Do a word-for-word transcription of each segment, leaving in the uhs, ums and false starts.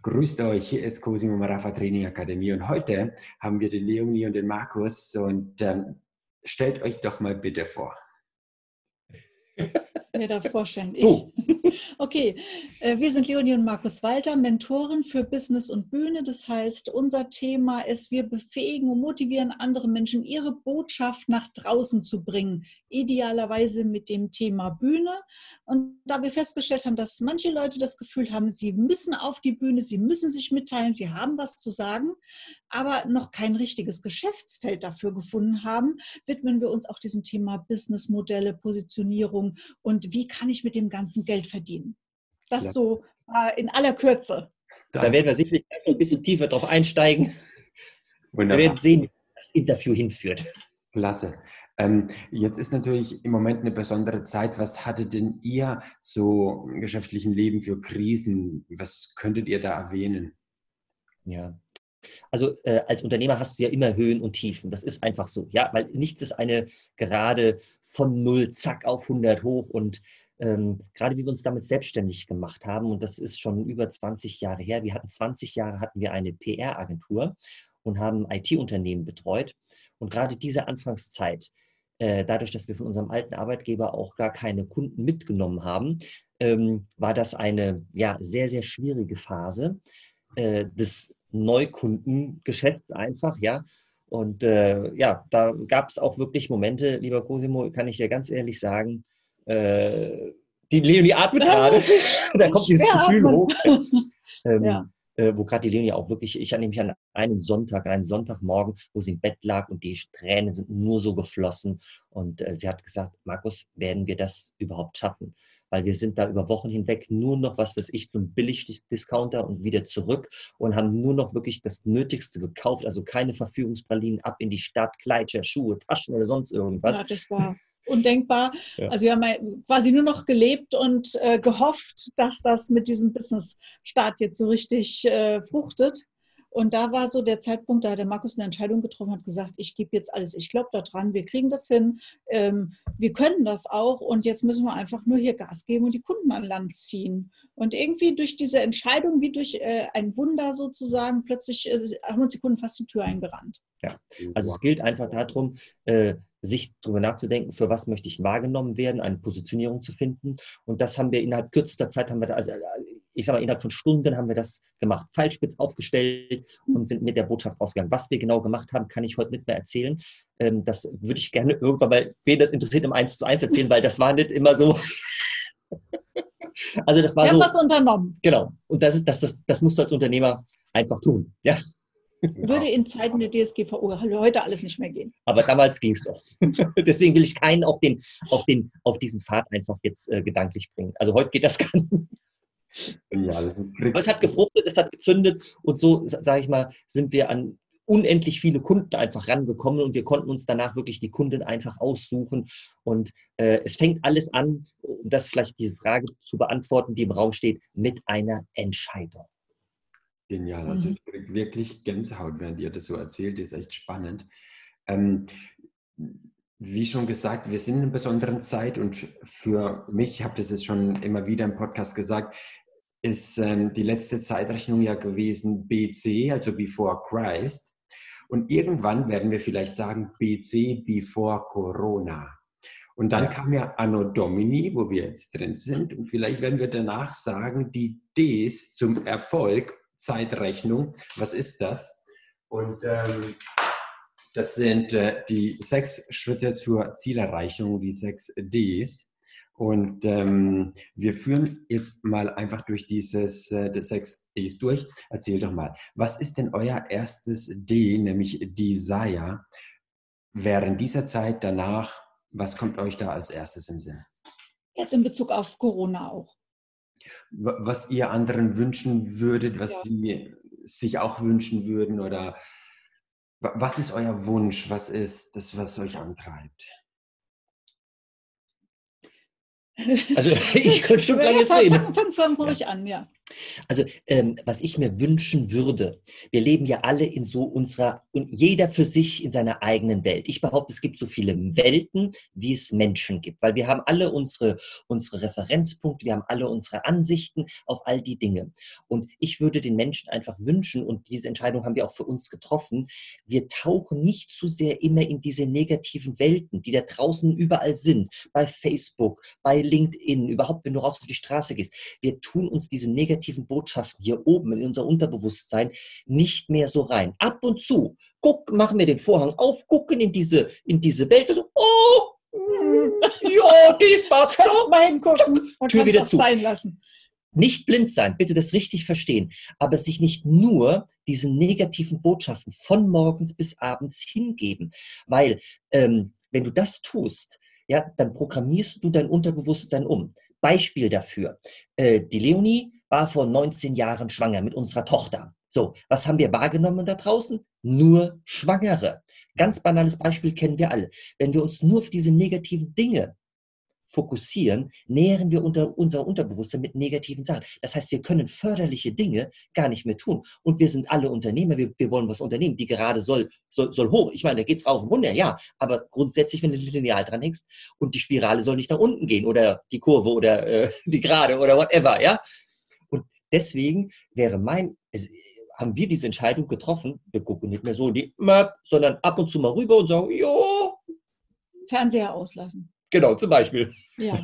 Grüßt euch, hier ist Cosimo Maraffa Training Akademie und heute haben wir den Leonie und den Markus und ähm, stellt euch doch mal bitte vor. Wer darf vorstellen? Ich. Okay, wir sind Leonie und Markus Walter, Mentoren für Business und Bühne. Das heißt, unser Thema ist, wir befähigen und motivieren andere Menschen, ihre Botschaft nach draußen zu bringen. Idealerweise mit dem Thema Bühne. Und da wir festgestellt haben, dass manche Leute das Gefühl haben, sie müssen auf die Bühne, sie müssen sich mitteilen, sie haben was zu sagen, aber noch kein richtiges Geschäftsfeld dafür gefunden haben, widmen wir uns auch diesem Thema Businessmodelle, Positionierung und wie kann ich mit dem ganzen Geld verdienen. Das ja. so äh, in aller Kürze. Da werden wir sicherlich ein bisschen tiefer drauf einsteigen. Wunderbar. Wir werden sehen, wie das Interview hinführt. Klasse. Ähm, jetzt ist natürlich im Moment eine besondere Zeit. Was hattet denn ihr so im geschäftlichen Leben für Krisen? Was könntet ihr da erwähnen? Ja, also äh, als Unternehmer hast du ja immer Höhen und Tiefen. Das ist einfach so, ja, weil nichts ist eine gerade von null, zack, auf hundert hoch. Und ähm, gerade wie wir uns damit selbstständig gemacht haben, und das ist schon über zwanzig Jahre her, wir hatten zwanzig Jahre, hatten wir eine P R-Agentur und haben I T-Unternehmen betreut. Und gerade diese Anfangszeit, äh, dadurch, dass wir von unserem alten Arbeitgeber auch gar keine Kunden mitgenommen haben, ähm, war das eine ja, sehr, sehr schwierige Phase äh, des Neukundengeschäfts einfach, ja. Und äh, ja, da gab es auch wirklich Momente, lieber Cosimo, kann ich dir ganz ehrlich sagen, äh, die Leonie atmet gerade, da kommt dieses ja, Gefühl hoch. ähm, ja. äh, wo gerade die Leonie auch wirklich, ich erinnere mich an einen Sonntag, einen Sonntagmorgen, wo sie im Bett lag und die Tränen sind nur so geflossen. Und äh, sie hat gesagt, Markus, werden wir das überhaupt schaffen? Weil wir sind da über Wochen hinweg nur noch, was weiß ich, zum Billig-Discounter und wieder zurück und haben nur noch wirklich das Nötigste gekauft, also keine Verführungspralinen, ab in die Stadt, Kleider, Schuhe, Taschen oder sonst irgendwas. Ja, das war undenkbar. Ja. Also wir haben quasi nur noch gelebt und äh, gehofft, dass das mit diesem Business-Start jetzt so richtig äh, fruchtet. Und da war so der Zeitpunkt, da hat der Markus eine Entscheidung getroffen und hat gesagt, ich gebe jetzt alles, ich glaube daran, wir kriegen das hin, ähm, wir können das auch und jetzt müssen wir einfach nur hier Gas geben und die Kunden an Land ziehen. Und irgendwie durch diese Entscheidung, wie durch äh, ein Wunder sozusagen, plötzlich äh, haben uns die Kunden fast die Tür eingerannt. Ja, also es gilt einfach darum, äh, sich darüber nachzudenken, für was möchte ich wahrgenommen werden, eine Positionierung zu finden. Und das haben wir innerhalb kürzester Zeit, haben wir da, also ich sage mal, innerhalb von Stunden haben wir das gemacht, pfeilspitz aufgestellt und sind mit der Botschaft rausgegangen. Was wir genau gemacht haben, kann ich heute nicht mehr erzählen. Ähm, das würde ich gerne irgendwann mal, wen das interessiert, im eins zu eins erzählen, weil das war nicht immer so. Also das war wir so. Wir haben was unternommen. Genau. Und das ist, das, das, das musst du als Unternehmer einfach tun. Ja. Würde in Zeiten der D S G V O heute alles nicht mehr gehen. Aber damals ging es doch. Deswegen will ich keinen auf, den, auf, den, auf diesen Pfad einfach jetzt äh, gedanklich bringen. Also heute geht das gar nicht. Ja, aber es hat gefruchtet, es hat gezündet und so, sage ich mal, sind wir an unendlich viele Kunden einfach rangekommen und wir konnten uns danach wirklich die Kunden einfach aussuchen. Und äh, es fängt alles an, um das vielleicht diese Frage zu beantworten, die im Raum steht, mit einer Entscheidung. Genial, also ich kriege wirklich Gänsehaut, während ihr das so erzählt, das ist echt spannend. Ähm, wie schon gesagt, wir sind in einer besonderen Zeit und für mich, ich habe das jetzt schon immer wieder im Podcast gesagt, ist ähm, die letzte Zeitrechnung ja gewesen B C, also Before Christ. Und irgendwann werden wir vielleicht sagen B C, Before Corona. Und dann ja. kam ja Anno Domini, wo wir jetzt drin sind. Und vielleicht werden wir danach sagen, die Ds zum Erfolg, Zeitrechnung, was ist das? Und ähm, das sind äh, die sechs Schritte zur Zielerreichung, die sechs Ds. Und ähm, wir führen jetzt mal einfach durch dieses äh, die sechs Ds durch. Erzähl doch mal, was ist denn euer erstes D, nämlich Desire? Während dieser Zeit danach, was kommt euch da als erstes im Sinn? Jetzt in Bezug auf Corona auch. Was ihr anderen wünschen würdet, was ja. sie sich auch wünschen würden oder was ist euer Wunsch, was ist das, was euch antreibt? Also ich könnte schon lange jetzt reden. Fang, fang, fang ruhig ja. an, ja. Also, ähm, was ich mir wünschen würde, wir leben ja alle in so unserer, und jeder für sich in seiner eigenen Welt. Ich behaupte, es gibt so viele Welten, wie es Menschen gibt, weil wir haben alle unsere, unsere Referenzpunkte, wir haben alle unsere Ansichten auf all die Dinge. Und ich würde den Menschen einfach wünschen, und diese Entscheidung haben wir auch für uns getroffen, wir tauchen nicht zu sehr immer in diese negativen Welten, die da draußen überall sind, bei Facebook, bei LinkedIn, überhaupt, wenn du raus auf die Straße gehst. Wir tun uns diese negativen Botschaften hier oben in unser Unterbewusstsein nicht mehr so rein. Ab und zu guck, machen wir den Vorhang auf, gucken in diese, in diese Welt, so, oh, ja, dies passt, mal hingucken und Tür wieder zu. Sein lassen. Nicht blind sein, bitte das richtig verstehen, aber sich nicht nur diesen negativen Botschaften von morgens bis abends hingeben, weil ähm, wenn du das tust, ja, dann programmierst du dein Unterbewusstsein um. Beispiel dafür, äh, die Leonie war vor neunzehn Jahren schwanger mit unserer Tochter. So, was haben wir wahrgenommen da draußen? Nur Schwangere. Ganz banales Beispiel kennen wir alle. Wenn wir uns nur auf diese negativen Dinge fokussieren, nähren wir unter unser Unterbewusstsein mit negativen Sachen. Das heißt, wir können förderliche Dinge gar nicht mehr tun. Und wir sind alle Unternehmer, wir, wir wollen was unternehmen. Die Gerade soll, soll, soll hoch. Ich meine, da geht es rauf und runter, ja. Aber grundsätzlich, wenn du lineal dran hängst und die Spirale soll nicht nach unten gehen oder die Kurve oder äh, die Gerade oder whatever, ja. Und deswegen wäre mein, es, haben wir diese Entscheidung getroffen, wir gucken nicht mehr so in die Map, sondern ab und zu mal rüber und sagen, jo. Fernseher auslassen. Genau, zum Beispiel. Ja.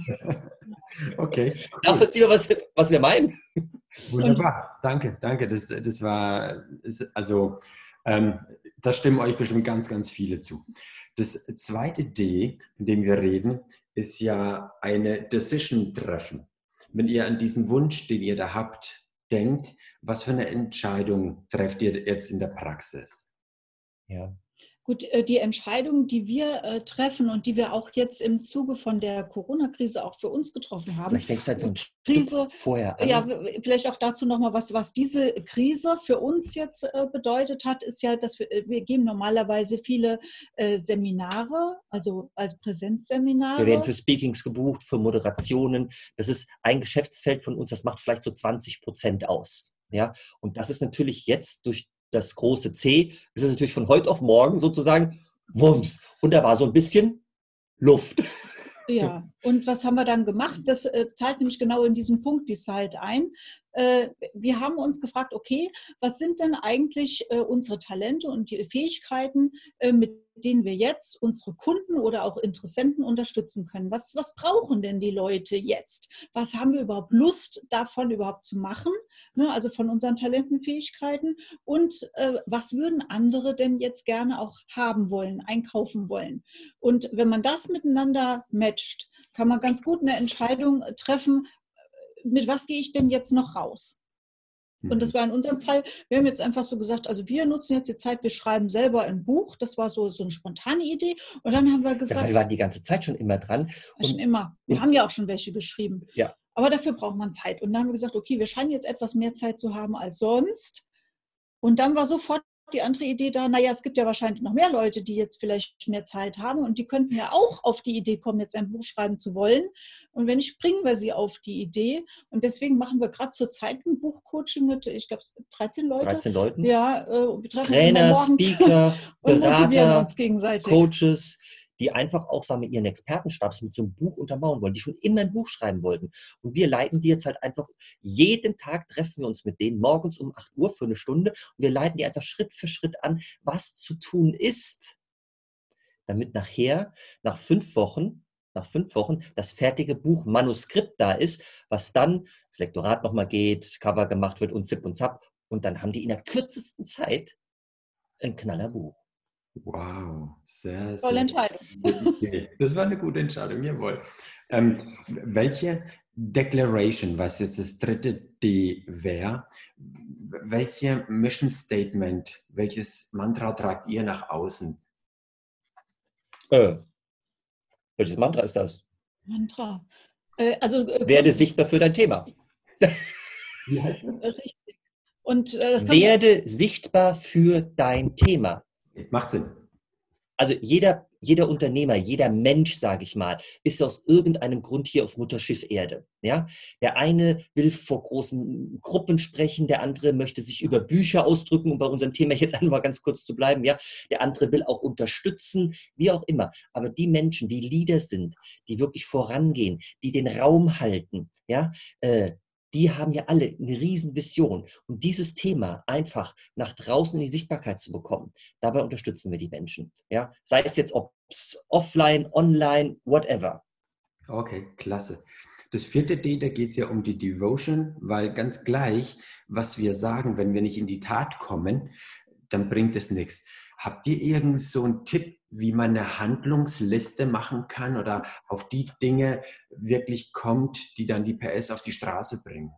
Okay. Nachvollziehen wir, was, was wir meinen? Wunderbar, und danke, danke. Das, das war, also, ähm, da stimmen euch bestimmt ganz, ganz viele zu. Das zweite D, von dem wir reden, ist ja eine Decision treffen. Wenn ihr an diesen Wunsch, den ihr da habt, denkt, was für eine Entscheidung trefft ihr jetzt in der Praxis? Ja. Gut, die Entscheidung, die wir äh, treffen und die wir auch jetzt im Zuge von der Corona-Krise auch für uns getroffen haben. Vielleicht fängst du einfach ein Krise, Stück vorher an. Ja, vielleicht auch dazu nochmal, was, was diese Krise für uns jetzt äh, bedeutet hat, ist ja, dass wir, wir geben normalerweise viele äh, Seminare, also als Präsenzseminare. Wir werden für Speakings gebucht, für Moderationen. Das ist ein Geschäftsfeld von uns, das macht vielleicht so zwanzig Prozent aus. Ja? Und das ist natürlich jetzt durch das große C, das ist natürlich von heute auf morgen sozusagen Wumms. Und da war so ein bisschen Luft. Ja, und was haben wir dann gemacht? Das äh, zahlt nämlich genau in diesen Punkt die Zeit ein. Äh, wir haben uns gefragt, okay, was sind denn eigentlich äh, unsere Talente und die Fähigkeiten, äh, mit denen wir jetzt unsere Kunden oder auch Interessenten unterstützen können? Was, was brauchen denn die Leute jetzt? Was haben wir überhaupt Lust davon überhaupt zu machen? Ne, also von unseren Talenten und Fähigkeiten. Und äh, was würden andere denn jetzt gerne auch haben wollen, einkaufen wollen? Und wenn man das miteinander matcht, kann man ganz gut eine Entscheidung treffen, mit was gehe ich denn jetzt noch raus? Und das war in unserem Fall, wir haben jetzt einfach so gesagt, also wir nutzen jetzt die Zeit, wir schreiben selber ein Buch. Das war so, so eine spontane Idee. Und dann haben wir gesagt... Wir waren die ganze Zeit schon immer dran. Und, schon immer. Wir haben ja auch schon welche geschrieben. Ja. Aber dafür braucht man Zeit. Und dann haben wir gesagt, okay, wir scheinen jetzt etwas mehr Zeit zu haben als sonst. Und dann war sofort die andere Idee da, naja, es gibt ja wahrscheinlich noch mehr Leute, die jetzt vielleicht mehr Zeit haben und die könnten ja auch auf die Idee kommen, jetzt ein Buch schreiben zu wollen. Und wenn nicht, bringen wir sie auf die Idee. Und deswegen machen wir gerade zur Zeit ein Buchcoaching mit, ich glaube, dreizehn Leute. dreizehn Leuten. Ja, äh, wir treffen Trainer, Speaker, und Berater, motivieren uns gegenseitig. Coaches, die einfach auch sagen wir, ihren Expertenstatus mit so einem Buch untermauern wollen, die schon immer ein Buch schreiben wollten. Und wir leiten die jetzt halt einfach, jeden Tag treffen wir uns mit denen morgens um acht Uhr für eine Stunde und wir leiten die einfach Schritt für Schritt an, was zu tun ist, damit nachher, nach fünf Wochen, nach fünf Wochen das fertige Buch Manuskript da ist, was dann das Lektorat nochmal geht, Cover gemacht wird und zip und zap. Und dann haben die in der kürzesten Zeit ein Knallerbuch. Wow, sehr, sehr. Tolle Entscheidung. Das war eine gute Entscheidung, jawohl. Ähm, welche Declaration, was jetzt das dritte D wäre, welche Mission Statement, welches Mantra tragt ihr nach außen? Äh, welches Mantra ist das? Mantra. Äh, also, äh, Werde sichtbar für dein Thema. Richtig. Und, äh, das Werde sichtbar für dein Thema. Macht Sinn. Also jeder, jeder Unternehmer, jeder Mensch, sage ich mal, ist aus irgendeinem Grund hier auf Mutterschiff Erde. Ja? Der eine will vor großen Gruppen sprechen, der andere möchte sich über Bücher ausdrücken, um bei unserem Thema jetzt einmal ganz kurz zu bleiben. Ja? Der andere will auch unterstützen, wie auch immer. Aber die Menschen, die Leader sind, die wirklich vorangehen, die den Raum halten, ja, äh, die haben ja alle eine riesen Vision. Und dieses Thema einfach nach draußen in die Sichtbarkeit zu bekommen, dabei unterstützen wir die Menschen. Ja? Sei es jetzt ob's offline, online, whatever. Okay, klasse. Das vierte D, da geht es ja um die Devotion, weil ganz gleich, was wir sagen, wenn wir nicht in die Tat kommen, dann bringt es nichts. Habt ihr irgend so einen Tipp, wie man eine Handlungsliste machen kann oder auf die Dinge wirklich kommt, die dann die P S auf die Straße bringen?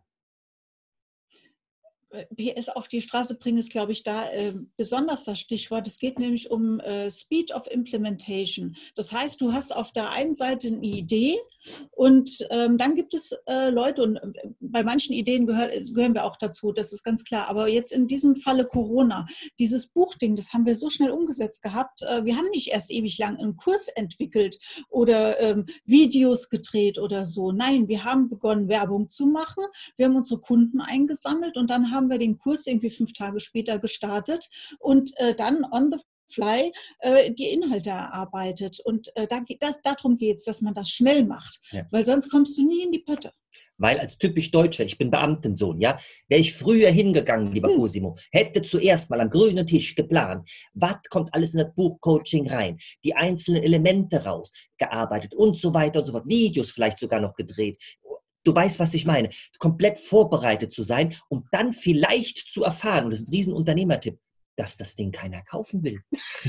P S auf die Straße bringen ist, glaube ich, da äh, besonders das Stichwort. Es geht nämlich um äh, Speed of Implementation. Das heißt, du hast auf der einen Seite eine Idee und ähm, dann gibt es äh, Leute, und äh, bei manchen Ideen gehör, gehören wir auch dazu, das ist ganz klar. Aber jetzt in diesem Falle Corona, dieses Buchding, das haben wir so schnell umgesetzt gehabt. Äh, wir haben nicht erst ewig lang einen Kurs entwickelt oder ähm, Videos gedreht oder so. Nein, wir haben begonnen, Werbung zu machen. Wir haben unsere Kunden eingesammelt und dann haben haben wir den Kurs irgendwie fünf Tage später gestartet und äh, dann on the fly äh, die Inhalte erarbeitet. Und äh, da, das, darum geht es, dass man das schnell macht, ja. Weil sonst kommst du nie in die Pötte. Weil als typisch Deutscher, ich bin Beamtensohn, ja, wäre ich früher hingegangen, lieber hm. Cosimo, hätte zuerst mal am grünen Tisch geplant, was kommt alles in das Buchcoaching rein, die einzelnen Elemente rausgearbeitet und so weiter und so fort, Videos vielleicht sogar noch gedreht. Du weißt, was ich meine. Komplett vorbereitet zu sein, um dann vielleicht zu erfahren, und das ist ein Riesenunternehmertipp, dass das Ding keiner kaufen will.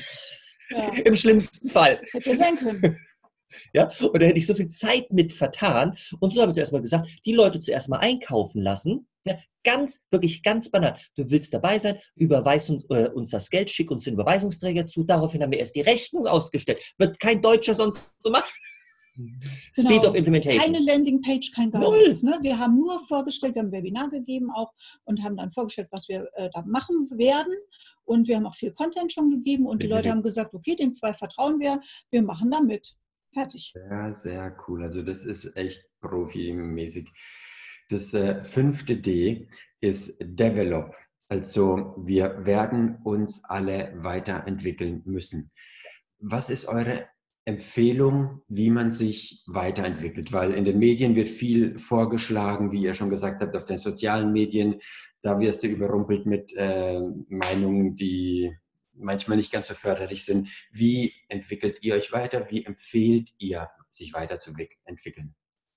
Ja. Im schlimmsten Fall. Hätte sein können. Ja, und da hätte ich so viel Zeit mit vertan. Und so habe ich zuerst mal gesagt, die Leute zuerst mal einkaufen lassen. Ja, ganz, wirklich ganz banal. Du willst dabei sein, überweis uns, äh, uns das Geld, schick uns den Überweisungsträger zu. Daraufhin haben wir erst die Rechnung ausgestellt. Wird kein Deutscher sonst so machen. Genau. Speed of Implementation. Keine Landingpage, kein gar nichts. Ne? Wir haben nur vorgestellt, wir haben ein Webinar gegeben auch und haben dann vorgestellt, was wir äh, da machen werden. Und wir haben auch viel Content schon gegeben und die Leute haben gesagt, okay, den zwei vertrauen wir, wir machen da mit. Fertig. Sehr, sehr cool. Also das ist echt profimäßig. Das äh, fünfte D ist Develop. Also wir werden uns alle weiterentwickeln müssen. Was ist eure Empfehlung, wie man sich weiterentwickelt? Weil in den Medien wird viel vorgeschlagen, wie ihr schon gesagt habt, auf den sozialen Medien. Da wirst du überrumpelt mit äh, Meinungen, die manchmal nicht ganz so förderlich sind. Wie entwickelt ihr euch weiter? Wie empfehlt ihr, sich weiterzuentwickeln?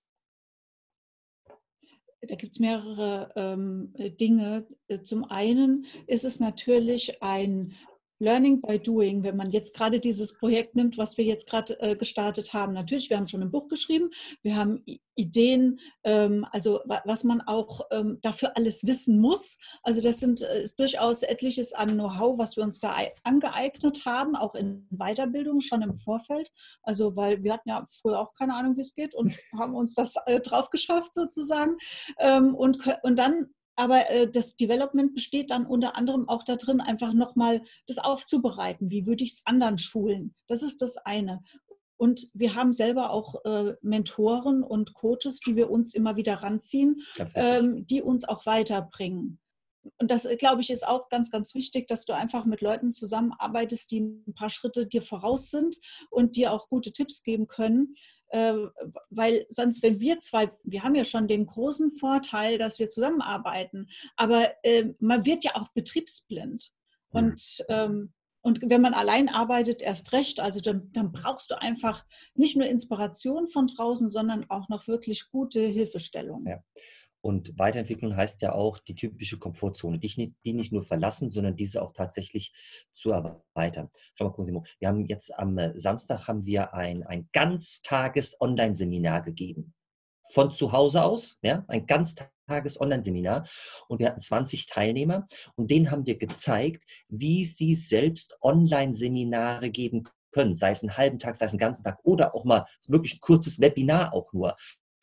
Da gibt es mehrere ähm, Dinge. Zum einen ist es natürlich ein Learning by Doing, wenn man jetzt gerade dieses Projekt nimmt, was wir jetzt gerade äh, gestartet haben. Natürlich, wir haben schon ein Buch geschrieben, wir haben I Ideen, ähm, also was man auch ähm, dafür alles wissen muss. Also das sind, ist durchaus etliches an Know-how, was wir uns da angeeignet haben, auch in Weiterbildung schon im Vorfeld. Also weil wir hatten ja früher auch keine Ahnung, wie es geht und haben uns das äh, drauf geschafft sozusagen. Ähm, und, und dann Aber äh, das Development besteht dann unter anderem auch darin, einfach nochmal das aufzubereiten. Wie würde ich es anderen schulen? Das ist das eine. Und wir haben selber auch äh, Mentoren und Coaches, die wir uns immer wieder ranziehen, ähm, die uns auch weiterbringen. Und das, glaube ich, ist auch ganz, ganz wichtig, dass du einfach mit Leuten zusammenarbeitest, die ein paar Schritte dir voraus sind und dir auch gute Tipps geben können. Weil sonst, wenn wir zwei, wir haben ja schon den großen Vorteil, dass wir zusammenarbeiten, aber äh, man wird ja auch betriebsblind. Und, ähm, und wenn man allein arbeitet, erst recht, also dann, dann brauchst du einfach nicht nur Inspiration von draußen, sondern auch noch wirklich gute Hilfestellung. Ja. Und Weiterentwicklung heißt ja auch die typische Komfortzone, die nicht, die nicht nur verlassen, sondern diese auch tatsächlich zu erweitern. Schau mal, Cosimo, wir haben jetzt am Samstag haben wir ein, ein Ganztages-Online-Seminar gegeben. Von zu Hause aus, ja, ein Ganztages-Online-Seminar. Und wir hatten zwanzig Teilnehmer und denen haben wir gezeigt, wie sie selbst Online-Seminare geben können. Sei es einen halben Tag, sei es einen ganzen Tag oder auch mal wirklich ein kurzes Webinar auch nur.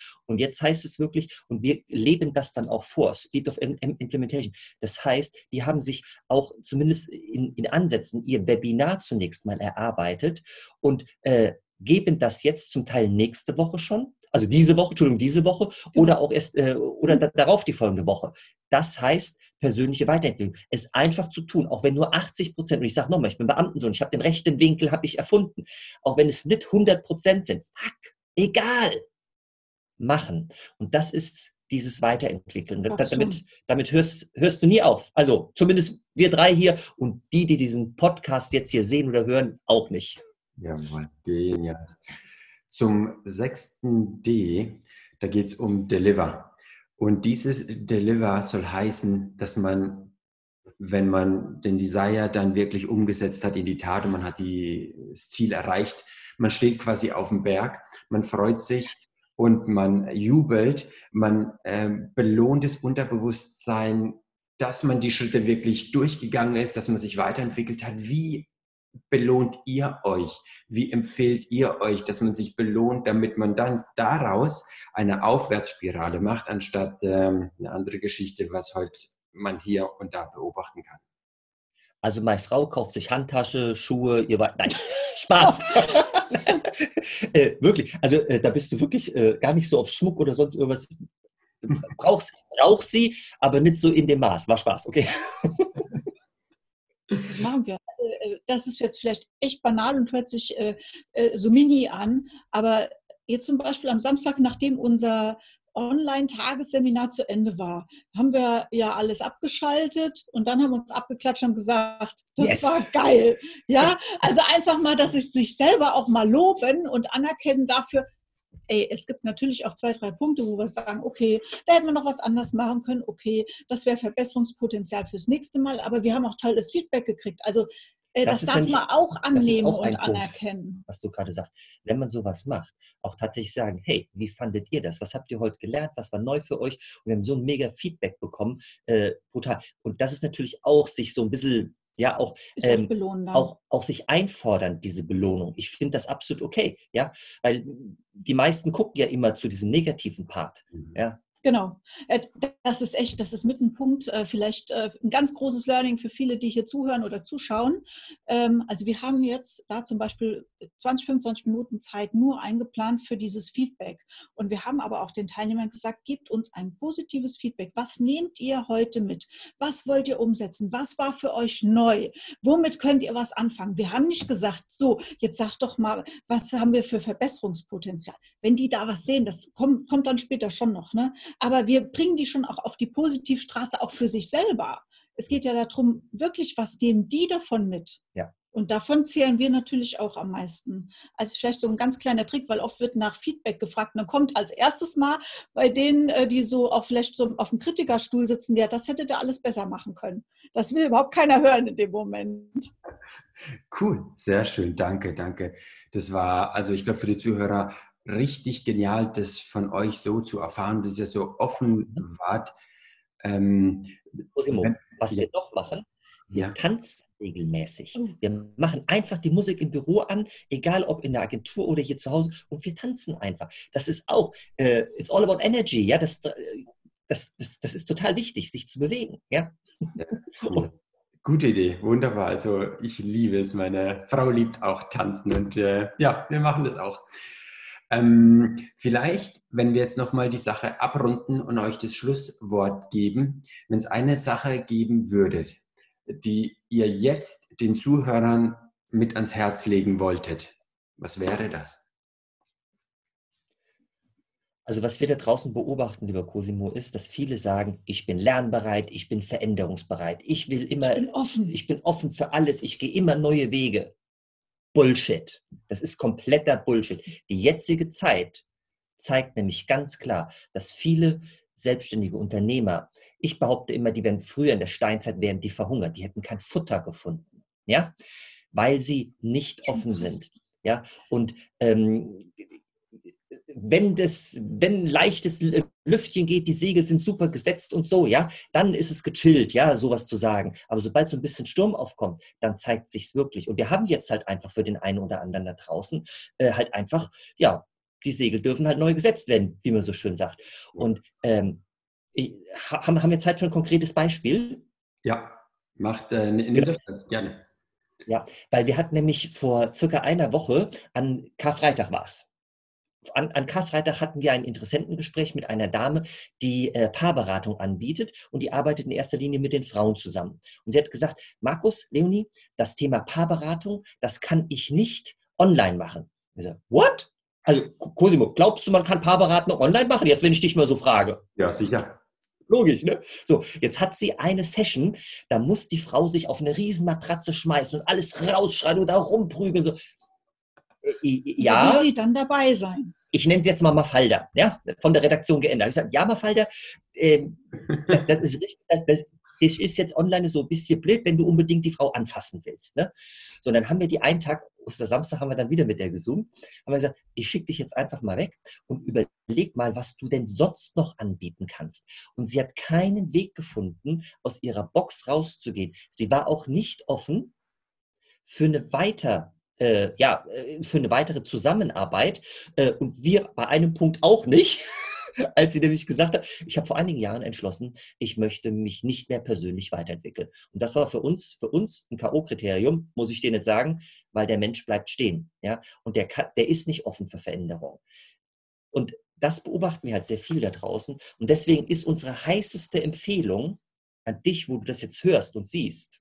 Und jetzt heißt es wirklich, und wir leben das dann auch vor, Speed of Implementation. Das heißt, die haben sich auch zumindest in, in Ansätzen ihr Webinar zunächst mal erarbeitet und äh, geben das jetzt zum Teil nächste Woche schon, also diese Woche, Entschuldigung, diese Woche oder auch erst äh, oder da, darauf die folgende Woche. Das heißt persönliche Weiterentwicklung. Es einfach zu tun, auch wenn nur achtzig Prozent, und ich sage nochmal, ich bin Beamtensohn, ich habe den rechten Winkel, habe ich erfunden, auch wenn es nicht hundert Prozent sind, fuck, egal, machen. Und das ist dieses Weiterentwickeln. Da, damit damit hörst, hörst du nie auf. Also zumindest wir drei hier und die, die diesen Podcast jetzt hier sehen oder hören, auch nicht. Jawohl, genial. Zum sechsten D, da geht es um Deliver. Und dieses Deliver soll heißen, dass man, wenn man den Desire dann wirklich umgesetzt hat in die Tat und man hat die, das Ziel erreicht, man steht quasi auf dem Berg, man freut sich und man jubelt, man äh, belohnt das Unterbewusstsein, dass man die Schritte wirklich durchgegangen ist, dass man sich weiterentwickelt hat. Wie belohnt ihr euch? Wie empfehlt ihr euch, dass man sich belohnt, damit man dann daraus eine Aufwärtsspirale macht, anstatt ähm, eine andere Geschichte, was heute man hier und da beobachten kann? Also meine Frau kauft sich Handtasche, Schuhe, ihr weint. Nein, Spaß. äh, wirklich, also äh, da bist du wirklich äh, gar nicht so auf Schmuck oder sonst irgendwas. Brauchst, brauch sie, aber nicht so in dem Maß. War Spaß, okay. Das machen wir. Also, das ist jetzt vielleicht echt banal und hört sich äh, so mini an, aber jetzt zum Beispiel am Samstag, nachdem unser Online-Tagesseminar zu Ende war, haben wir ja alles abgeschaltet und dann haben wir uns abgeklatscht und gesagt, das yes. war geil. Ja, also einfach mal, dass ich sich selber auch mal loben und anerkennen dafür. Ey, es gibt natürlich auch zwei, drei Punkte, wo wir sagen, okay, da hätten wir noch was anders machen können, okay, das wäre Verbesserungspotenzial fürs nächste Mal, aber wir haben auch tolles Feedback gekriegt. Also äh, das, das darf nämlich, man auch annehmen auch und anerkennen. Punkt, was du gerade sagst. Wenn man sowas macht, auch tatsächlich sagen, hey, wie fandet ihr das? Was habt ihr heute gelernt? Was war neu für euch? Und wir haben so ein mega Feedback bekommen. Äh, brutal. Und das ist natürlich auch sich so ein bisschen ja, auch, ähm, auch, auch sich einfordern, diese Belohnung. Ich finde das absolut okay, ja, weil die meisten gucken ja immer zu diesem negativen Part, ja. Genau, das ist echt, das ist mit ein Punkt, vielleicht ein ganz großes Learning für viele, die hier zuhören oder zuschauen. Also wir haben jetzt da zum Beispiel zwanzig, fünfundzwanzig Minuten Zeit nur eingeplant für dieses Feedback. Und wir haben aber auch den Teilnehmern gesagt, gebt uns ein positives Feedback. Was nehmt ihr heute mit? Was wollt ihr umsetzen? Was war für euch neu? Womit könnt ihr was anfangen? Wir haben nicht gesagt, so, jetzt sagt doch mal, was haben wir für Verbesserungspotenzial? Wenn die da was sehen, das kommt, kommt dann später schon noch, ne? Aber wir bringen die schon auch auf die Positivstraße, auch für sich selber. Es geht ja darum, wirklich, was nehmen die davon mit? Ja. Und davon zählen wir natürlich auch am meisten. Also vielleicht so ein ganz kleiner Trick, weil oft wird nach Feedback gefragt. Und dann kommt als erstes mal bei denen, die so auch vielleicht so auf dem Kritikerstuhl sitzen, ja, das hätte der alles besser machen können. Das will überhaupt keiner hören in dem Moment. Cool, sehr schön, danke, danke. Das war, also ich glaube, für die Zuhörer richtig genial, das von euch so zu erfahren, dass ihr so offen wart. Ähm, wenn, was ja. wir noch machen, wir ja. tanzen regelmäßig. Wir machen einfach die Musik im Büro an, egal ob in der Agentur oder hier zu Hause, und wir tanzen einfach. Das ist auch, äh, it's all about energy, ja, das, das, das, das ist total wichtig, sich zu bewegen, ja. ja cool. Gute Idee, wunderbar. Also ich liebe es, meine Frau liebt auch tanzen und äh, ja, wir machen das auch. Ähm, vielleicht, wenn wir jetzt nochmal die Sache abrunden und euch das Schlusswort geben, wenn es eine Sache geben würde, die ihr jetzt den Zuhörern mit ans Herz legen wolltet, was wäre das? Also was wir da draußen beobachten, lieber Cosimo, ist, dass viele sagen, ich bin lernbereit, ich bin veränderungsbereit, ich will immer, ich bin offen, ich bin offen für alles, ich gehe immer neue Wege. Bullshit. Das ist kompletter Bullshit. Die jetzige Zeit zeigt nämlich ganz klar, dass viele selbstständige Unternehmer, ich behaupte immer, die wären früher in der Steinzeit, wären die verhungert, die hätten kein Futter gefunden, ja, weil sie nicht offen sind, ja, und ähm, wenn das, wenn ein leichtes Lüftchen geht, die Segel sind super gesetzt und so, ja, dann ist es gechillt, ja, sowas zu sagen. Aber sobald so ein bisschen Sturm aufkommt, dann zeigt sich's wirklich. Und wir haben jetzt halt einfach für den einen oder anderen da draußen äh, halt einfach, ja, die Segel dürfen halt neu gesetzt werden, wie man so schön sagt. Und ähm, ich, haben, haben wir Zeit für ein konkretes Beispiel? Ja, macht äh, nimm das gerne. Ja, weil wir hatten nämlich vor circa einer Woche, an Karfreitag war es, An, an Karfreitag hatten wir ein Interessentengespräch mit einer Dame, die äh, Paarberatung anbietet und die arbeitet in erster Linie mit den Frauen zusammen. Und sie hat gesagt, Markus, Leonie, das Thema Paarberatung, das kann ich nicht online machen. Ich sage, what? Also Cosimo, glaubst du, man kann Paarberatung online machen? Jetzt, wenn ich dich mal so frage. Ja, sicher. Logisch, ne? So, jetzt hat sie eine Session, da muss die Frau sich auf eine riesen Matratze schmeißen und alles rausschreien und da rumprügeln. So. Ja. Da will sie dann dabei sein. Ich nenne sie jetzt mal Mafalda, ja, von der Redaktion geändert. Ich sage, ja, Mafalda, äh, das ist richtig, das, das, das ist jetzt online so ein bisschen blöd, wenn du unbedingt die Frau anfassen willst. Ne? So, und dann haben wir die einen Tag, Ostersamstag haben wir dann wieder mit der gesungen, haben wir gesagt, ich schicke dich jetzt einfach mal weg und überleg mal, was du denn sonst noch anbieten kannst. Und sie hat keinen Weg gefunden, aus ihrer Box rauszugehen. Sie war auch nicht offen für eine weiter Äh, ja, für eine weitere Zusammenarbeit äh, und wir bei einem Punkt auch nicht, als sie nämlich gesagt hat, ich habe vor einigen Jahren entschlossen, ich möchte mich nicht mehr persönlich weiterentwickeln. Und das war für uns, für uns ein K O-Kriterium, muss ich dir nicht sagen, weil der Mensch bleibt stehen. Ja? Und der, kann, der ist nicht offen für Veränderung. Und das beobachten wir halt sehr viel da draußen. Und deswegen ist unsere heißeste Empfehlung an dich, wo du das jetzt hörst und siehst.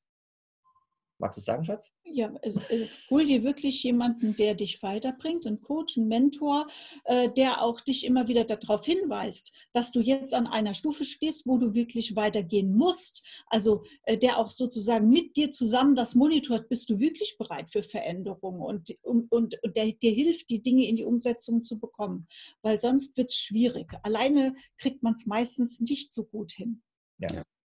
Magst du es sagen, Schatz? Ja, also, äh, hol dir wirklich jemanden, der dich weiterbringt, einen Coach, einen Mentor, äh, der auch dich immer wieder darauf hinweist, dass du jetzt an einer Stufe stehst, wo du wirklich weitergehen musst. Also äh, der auch sozusagen mit dir zusammen das monitort, bist du wirklich bereit für Veränderungen und, und, und der dir hilft, die Dinge in die Umsetzung zu bekommen. Weil sonst wird es schwierig. Alleine kriegt man es meistens nicht so gut hin. Ja.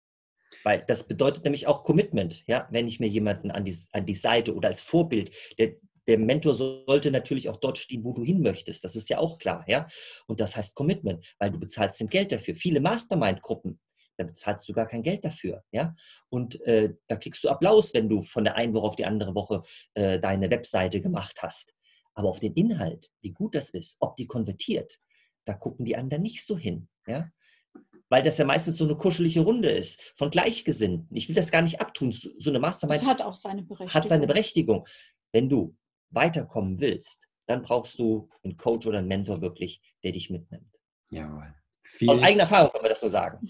Weil das bedeutet nämlich auch Commitment, ja, wenn ich mir jemanden an die, an die Seite oder als Vorbild, der, der Mentor sollte natürlich auch dort stehen, wo du hin möchtest, das ist ja auch klar, ja, und das heißt Commitment, weil du bezahlst dem Geld dafür. Viele Mastermind-Gruppen, da bezahlst du gar kein Geld dafür, ja, und äh, da kriegst du Applaus, wenn du von der einen Woche auf die andere Woche äh, deine Webseite gemacht hast, aber auf den Inhalt, wie gut das ist, ob die konvertiert, da gucken die anderen nicht so hin, ja. Weil das ja meistens so eine kuschelige Runde ist, von Gleichgesinnten. Ich will das gar nicht abtun. So eine Mastermind das hat auch seine Berechtigung. hat seine Berechtigung. Wenn du weiterkommen willst, dann brauchst du einen Coach oder einen Mentor wirklich, der dich mitnimmt. Jawohl. Aus eigener Erfahrung können wir das nur sagen.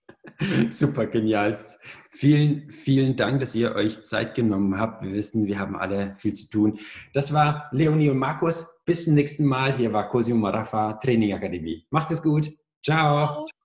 Super genial. Vielen, vielen Dank, dass ihr euch Zeit genommen habt. Wir wissen, wir haben alle viel zu tun. Das war Leonie und Markus. Bis zum nächsten Mal. Hier war Cosimo Marafa, Training Akademie. Macht es gut. Ciao. Ciao.